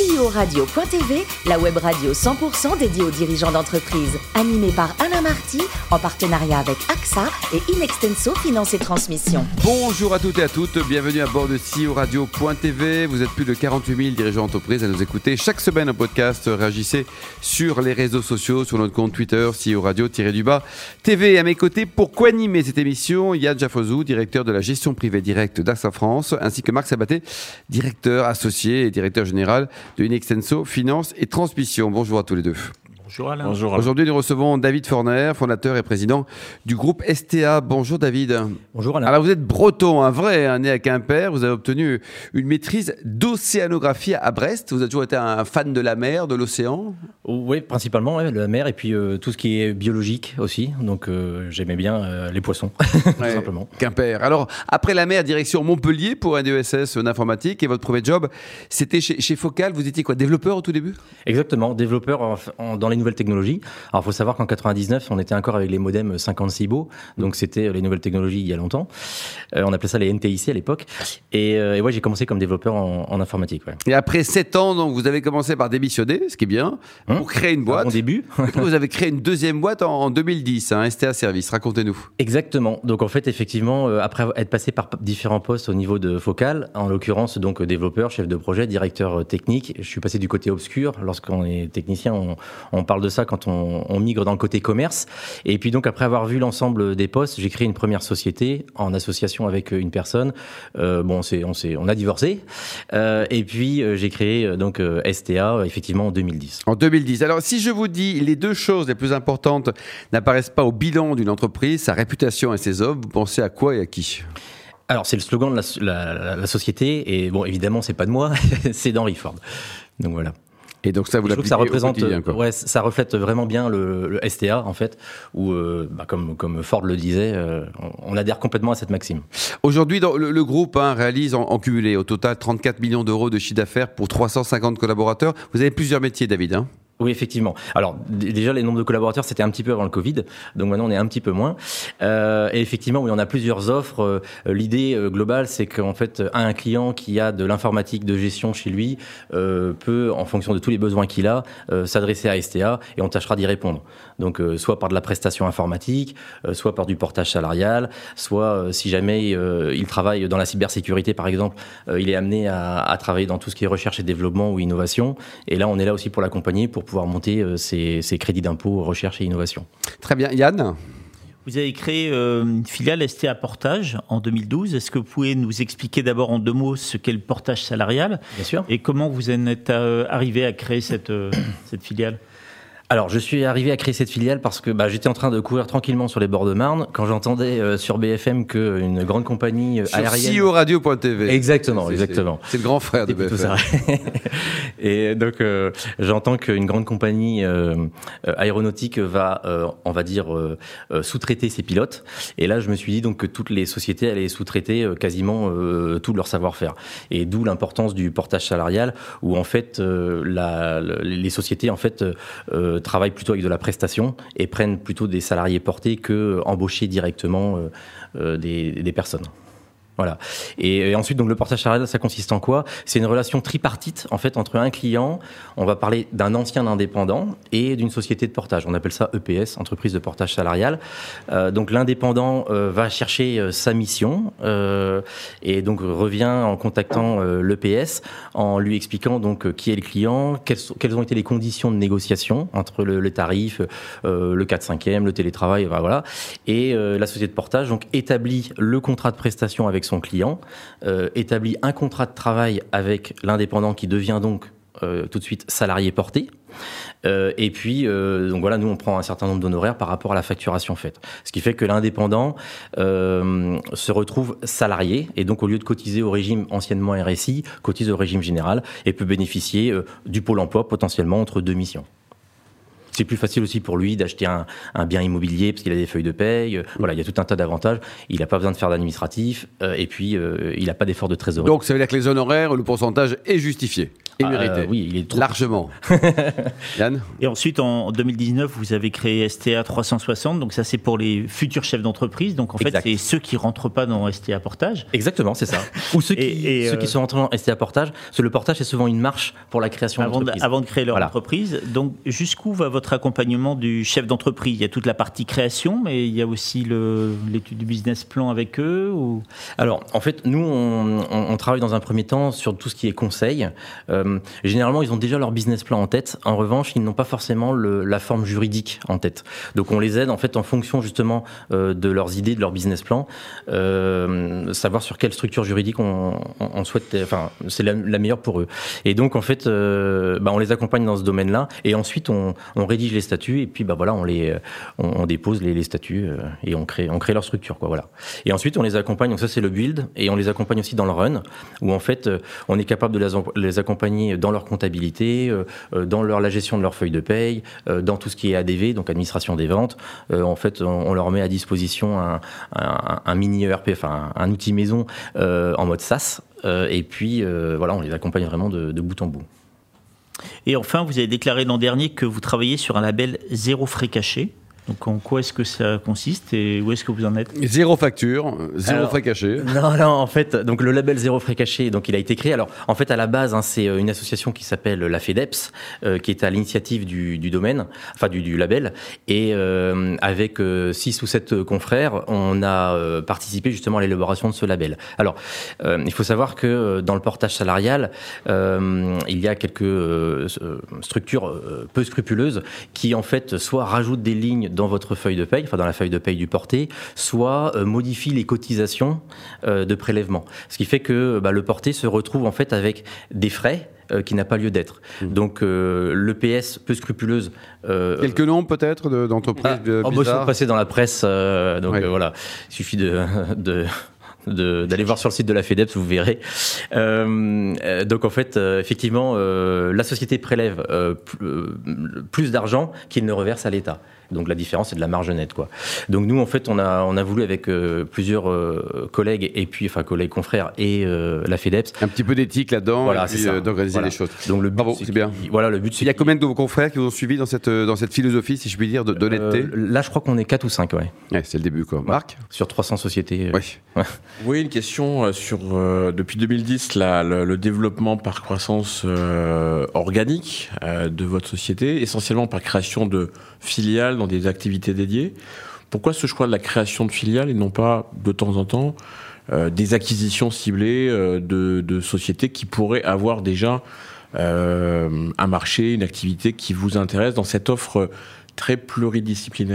CEOradio.tv, la web radio 100% dédiée aux dirigeants d'entreprise. Animée par Alain Marty, en partenariat avec AXA et Inextenso Finance et Transmission. Bonjour à toutes et à toutes, bienvenue à bord de CEOradio.tv. Vous êtes plus de 48 000 dirigeants d'entreprise à nous écouter chaque semaine en podcast. Réagissez sur les réseaux sociaux, sur notre compte Twitter, CEOradio-TV. À mes côtés, pour co-animer cette émission, Yann Jaffozou, directeur de la gestion privée directe d'AXA France, ainsi que Marc Sabaté, directeur associé et directeur général de Inextenso Finance et Transmission. Bonjour à tous les deux. Bonjour Alain. Bonjour Alain. Aujourd'hui, nous recevons David Forner, fondateur et président du groupe STA. Bonjour David. Bonjour Alain. Alors vous êtes breton, un vrai, né à Quimper. Vous avez obtenu une maîtrise d'océanographie à Brest. Vous avez toujours été un fan de la mer, de l'océan ? Oui, principalement la mer et puis tout ce qui est biologique aussi. Donc j'aimais bien les poissons, tout simplement. Quimper. Alors après la mer, direction Montpellier pour un DESS en informatique. Et votre premier job, c'était chez Focal. Vous étiez quoi, développeur au tout début ? Exactement, développeur dans les nouvelles technologies. Alors, il faut savoir qu'en 99, on était encore avec les modems 56 baux. Donc, c'était les nouvelles technologies il y a longtemps. On appelait ça les NTIC à l'époque. Et ouais, j'ai commencé comme développeur en informatique. Ouais. Et après 7 ans, donc, vous avez commencé par démissionner, ce qui est bien, pour créer une boîte. Au début. Vous avez créé une deuxième boîte en 2010, STA Service. Racontez-nous. Exactement. Donc, en fait, effectivement, après être passé par différents postes au niveau de Focal, en l'occurrence, donc, développeur, chef de projet, directeur technique, je suis passé du côté obscur. Lorsqu'on est technicien, on parle de ça quand on migre dans le côté commerce. Et puis donc, après avoir vu l'ensemble des postes, j'ai créé une première société en association avec une personne. On a divorcé. Et puis, j'ai créé donc STA, effectivement, en 2010. En 2010. Alors, si je vous dis les deux choses les plus importantes n'apparaissent pas au bilan d'une entreprise, sa réputation et ses hommes, vous pensez à quoi et à qui ? Alors, c'est le slogan de la société. Et bon, évidemment, c'est pas de moi, c'est d'Henry Ford. Donc, voilà. Et donc ça, vous l'appliquez au quotidien, quoi. Ouais, ça reflète vraiment bien le STA, en fait, où, comme Ford le disait, on adhère complètement à cette maxime. Aujourd'hui, le groupe réalise en cumulé au total 34 millions d'euros de chiffre d'affaires pour 350 collaborateurs. Vous avez plusieurs métiers, David, Oui, effectivement. Alors, déjà, les nombres de collaborateurs, c'était un petit peu avant le Covid. Donc maintenant, on est un petit peu moins. Et effectivement, oui, on a plusieurs offres. L'idée globale, c'est qu'en fait, un client qui a de l'informatique de gestion chez lui peut, en fonction de tous les besoins qu'il a, s'adresser à STA et on tâchera d'y répondre. Donc, soit par de la prestation informatique, soit par du portage salarial, soit si jamais il travaille dans la cybersécurité, par exemple, il est amené à travailler dans tout ce qui est recherche et développement ou innovation. Et là, on est là aussi pour l'accompagner, pour pouvoir monter ses crédits d'impôt, recherche et innovation. Très bien. Yann ? Vous avez créé une filiale STA Portage en 2012. Est-ce que vous pouvez nous expliquer d'abord en 2 mots ce qu'est le portage salarial ? Bien sûr. Et comment vous en êtes arrivé à créer cette filiale ? Alors, je suis arrivé à créer cette filiale parce que j'étais en train de courir tranquillement sur les bords de Marne quand j'entendais sur BFM qu'une grande compagnie aérienne... Sur CEOradio.tv. Exactement. C'est le grand frère de BFM. Ça. Et donc, j'entends qu'une grande compagnie aéronautique va, on va dire, sous-traiter ses pilotes. Et là, je me suis dit donc que toutes les sociétés allaient sous-traiter quasiment tout leur savoir-faire. Et d'où l'importance du portage salarial où, en fait, les sociétés, en fait... travaillent plutôt avec de la prestation et prennent plutôt des salariés portés que embaucher directement des personnes. Voilà. Et ensuite, donc, le portage salarial, ça consiste en quoi ? C'est une relation tripartite, en fait, entre un client, on va parler d'un ancien indépendant et d'une société de portage. On appelle ça EPS, entreprise de portage salarial. Donc, l'indépendant va chercher sa mission et donc revient en contactant l'EPS, en lui expliquant donc qui est le client, quelles ont été les conditions de négociation entre le tarif, le 4/5e, le télétravail, voilà. Et la société de portage donc établit le contrat de prestation avec son client, établit un contrat de travail avec l'indépendant qui devient donc tout de suite salarié porté. Et puis, donc voilà, nous on prend un certain nombre d'honoraires par rapport à la facturation faite. Ce qui fait que l'indépendant se retrouve salarié et donc au lieu de cotiser au régime anciennement RSI, cotise au régime général et peut bénéficier du pôle emploi potentiellement entre 2 missions. c'est plus facile aussi pour lui d'acheter un bien immobilier parce qu'il a des feuilles de paye. Voilà, il y a tout un tas d'avantages. Il n'a pas besoin de faire d'administratif et puis il n'a pas d'effort de trésorerie. Donc ça veut dire que les honoraires, le pourcentage est justifié et mérité. Oui, il est trop largement. Yann ? Et ensuite, en 2019, vous avez créé STA 360. Donc ça, c'est pour les futurs chefs d'entreprise. Donc en fait, c'est ceux qui rentrent pas dans STA Portage. Exactement, c'est ça. Ou ceux qui sont rentrés dans STA Portage. Parce que le portage, c'est souvent une marche pour la création d'entreprise. Avant de créer leur entreprise. Donc jusqu'où va votre accompagnement du chef d'entreprise ? Il y a toute la partie création, mais il y a aussi l'étude du business plan avec eux ou... Alors, en fait, nous, on travaille dans un premier temps sur tout ce qui est conseil. Généralement, ils ont déjà leur business plan en tête. En revanche, ils n'ont pas forcément la forme juridique en tête. Donc, on les aide en fait en fonction justement de leurs idées, de leur business plan, savoir sur quelle structure juridique on souhaite. Enfin, c'est la meilleure pour eux. Et donc, en fait, on les accompagne dans ce domaine-là. Et ensuite, on rédige les statuts. Et puis, voilà, on dépose les statuts et on crée leur structure, quoi. Voilà. Et ensuite, on les accompagne. Donc ça, c'est le build. Et on les accompagne aussi dans le run, où en fait, on est capable de les accompagner dans leur comptabilité, dans la gestion de leur feuille de paye, dans tout ce qui est ADV, donc administration des ventes. En fait, on leur met à disposition un mini ERP, enfin un outil maison en mode SaaS. Et puis, voilà, on les accompagne vraiment de bout en bout. Et enfin, vous avez déclaré l'an dernier que vous travaillez sur un label zéro frais caché. Donc, en quoi est-ce que ça consiste et où est-ce que vous en êtes ? Zéro facture, zéro frais caché. Non, en fait, donc le label zéro frais caché, donc il a été créé. Alors, en fait, à la base, c'est une association qui s'appelle la FEDEPS, qui est à l'initiative du domaine, enfin du label, et avec 6 ou 7 confrères, on a participé justement à l'élaboration de ce label. Alors, il faut savoir que dans le portage salarial, il y a quelques structures peu scrupuleuses qui, en fait, soit rajoutent des lignes dans votre feuille de paye, enfin dans la feuille de paye du porté, soit modifie les cotisations de prélèvement. Ce qui fait que le porté se retrouve en fait avec des frais qui n'a pas lieu d'être. Donc l'EPS peu scrupuleuse... Quelques noms peut-être d'entreprises bizarres. Ils sont passés dans la presse, voilà, il suffit d'aller voir sur le site de la FEDEPS, vous verrez. Donc en fait, effectivement, la société prélève plus d'argent qu'il ne reverse à l'État. Donc la différence, c'est de la marge nette, quoi. Donc nous, en fait, on a voulu avec plusieurs collègues et puis, enfin collègues confrères et la FEDEPS. Un petit peu d'éthique là-dedans, voilà, et puis d'organiser les choses. Donc le but, bravo, c'est bien. Voilà, le but. Il y a combien de vos confrères qui vous ont suivi dans cette philosophie, si je puis dire, d'honnêteté ? Là, je crois qu'on est 4 ou 5, ouais. Ouais, c'est le début, quoi. Marc ? Sur 300 sociétés. Oui. Oui, une question sur depuis 2010, le développement par croissance organique de votre société, essentiellement par création de filiales dans des activités dédiées. Pourquoi ce choix de la création de filiales et non pas de temps en temps des acquisitions ciblées de sociétés qui pourraient avoir déjà un marché, une activité qui vous intéresse dans cette offre très pluridisciplinaire ?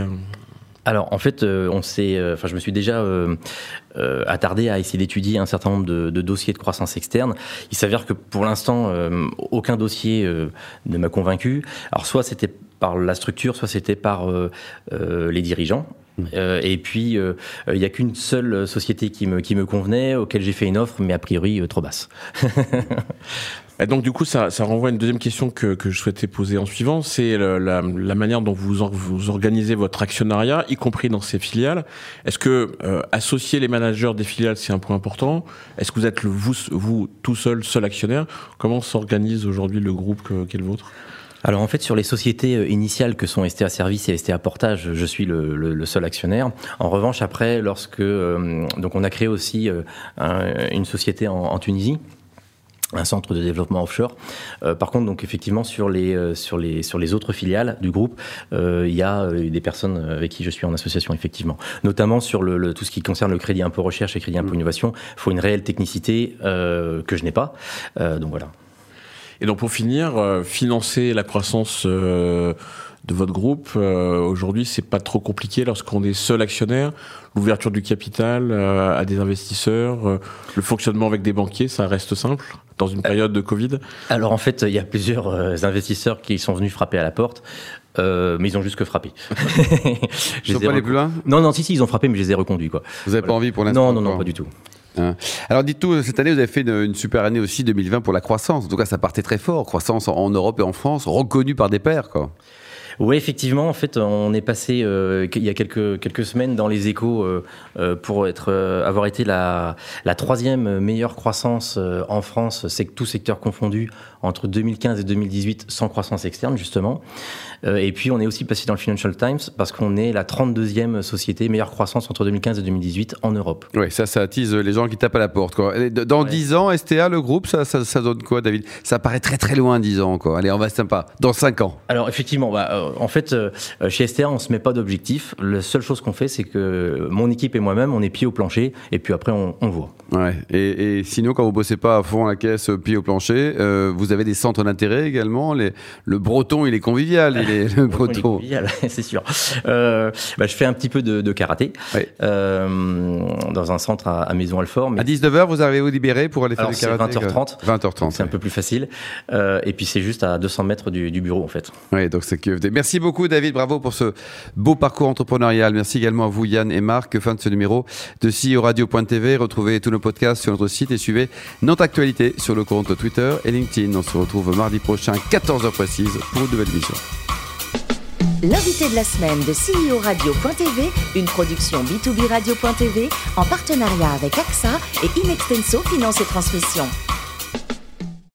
Alors en fait, je me suis déjà attardé à essayer d'étudier un certain nombre de dossiers de croissance externe. Il s'avère que pour l'instant, aucun dossier ne m'a convaincu. Alors soit c'était par la structure, soit c'était par les dirigeants. Et puis, il n'y a qu'une seule société qui me convenait, auquel j'ai fait une offre, mais a priori trop basse. Et donc du coup, ça renvoie à une deuxième question que je souhaitais poser en suivant, c'est la manière dont vous organisez votre actionnariat, y compris dans ces filiales. Est-ce que associer les managers des filiales, c'est un point important ? Est-ce que vous êtes vous tout seul actionnaire ? Comment s'organise aujourd'hui le groupe qui est le vôtre ? Alors en fait, sur les sociétés initiales que sont STA Service et STA Portage, je suis le seul actionnaire. En revanche, après, donc on a créé aussi une société en Tunisie, un centre de développement offshore. Par contre, donc effectivement, sur les autres filiales du groupe, il y a des personnes avec qui je suis en association, effectivement. Notamment sur tout ce qui concerne le crédit impôt recherche et crédit impôt innovation. Il faut une réelle technicité que je n'ai pas. Donc voilà. Et donc pour finir, financer la croissance de votre groupe, aujourd'hui, c'est pas trop compliqué lorsqu'on est seul actionnaire. L'ouverture du capital à des investisseurs, le fonctionnement avec des banquiers, ça reste simple dans une période de Covid. Alors en fait, il y a plusieurs investisseurs qui sont venus frapper à la porte. Mais ils ont juste que frappé. Ils ne sont pas allés plus loin ? Non, si, ils ont frappé, mais je les ai reconduits, quoi. Vous n'avez pas envie pour l'instant ? Non, pas du tout. Alors dites-nous, cette année vous avez fait une super année aussi 2020 pour la croissance. En tout cas ça partait très fort, croissance en Europe et en France, reconnue par des pairs, quoi. Oui, effectivement, en fait, on est passé il y a quelques semaines dans les Échos pour avoir été la troisième meilleure croissance en France, tout secteur confondu, entre 2015 et 2018, sans croissance externe, justement. Et puis, on est aussi passé dans le Financial Times parce qu'on est la 32e société meilleure croissance entre 2015 et 2018 en Europe. Oui, ça attise les gens qui tapent à la porte, quoi. Dans 10 ans, STA, le groupe, ça donne quoi, David? Ça paraît très très loin, 10 ans encore. Allez, on va sympa. Dans 5 ans. Alors, effectivement, en fait, chez STA, on se met pas d'objectif. La seule chose qu'on fait, c'est que mon équipe et moi-même, on est pied au plancher, et puis après, on voit. Ouais. Et sinon, quand vous bossez pas à fond à la caisse, pied au plancher, vous avez des centres d'intérêt également. Le breton, il est convivial. Le breton. Il est convivial, c'est sûr. Je fais un petit peu de karaté dans un centre à Maisons-Alfort. À 19h, vous arrivez vous libérer pour aller faire du karaté? 20h30. 20h30. C'est un peu plus facile. Et puis c'est juste à 200 mètres du bureau, en fait. Oui, donc c'est QFD. Merci beaucoup, David. Bravo pour ce beau parcours entrepreneurial. Merci également à vous, Yann et Marc. Fin de ce numéro de CEO Radio.tv. Retrouvez tous nos podcasts sur notre site et suivez notre actualité sur le compte Twitter et LinkedIn. On se retrouve mardi prochain, 14h précise, pour une nouvelle émission. L'invité de la semaine de CEO Radio.tv, une production B2B Radio.tv en partenariat avec AXA et Inextenso Finance et Transmission.